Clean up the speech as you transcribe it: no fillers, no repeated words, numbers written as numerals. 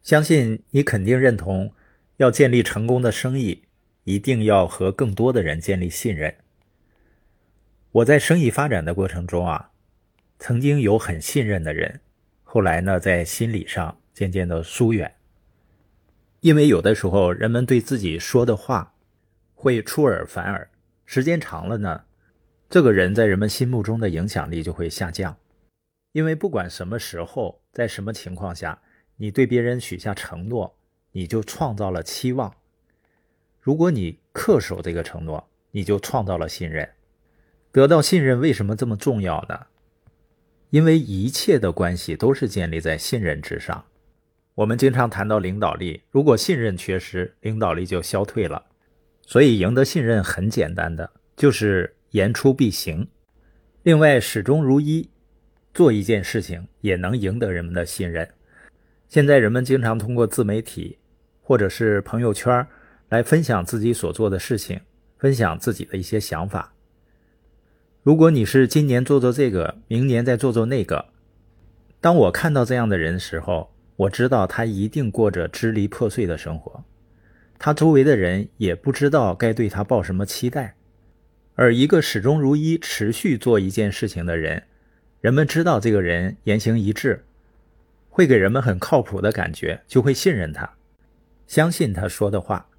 相信你肯定认同，要建立成功的生意，一定要和更多的人建立信任。我在生意发展的过程中曾经有很信任的人，后来呢，在心理上渐渐的疏远。因为有的时候人们对自己说的话会出尔反尔，时间长了呢，这个人在人们心目中的影响力就会下降。因为不管什么时候，在什么情况下，你对别人许下承诺，你就创造了期望。如果你恪守这个承诺，你就创造了信任。得到信任为什么这么重要呢？因为一切的关系都是建立在信任之上。我们经常谈到领导力，如果信任缺失，领导力就消退了。所以赢得信任很简单的，就是言出必行。另外，始终如一，做一件事情也能赢得人们的信任。现在人们经常通过自媒体或者是朋友圈来分享自己所做的事情，分享自己的一些想法。如果你是今年做做这个，明年再做做那个，当我看到这样的人的时候，我知道他一定过着支离破碎的生活，他周围的人也不知道该对他抱什么期待。而一个始终如一持续做一件事情的人，人们知道这个人言行一致，会给人们很靠谱的感觉，就会信任他，相信他说的话。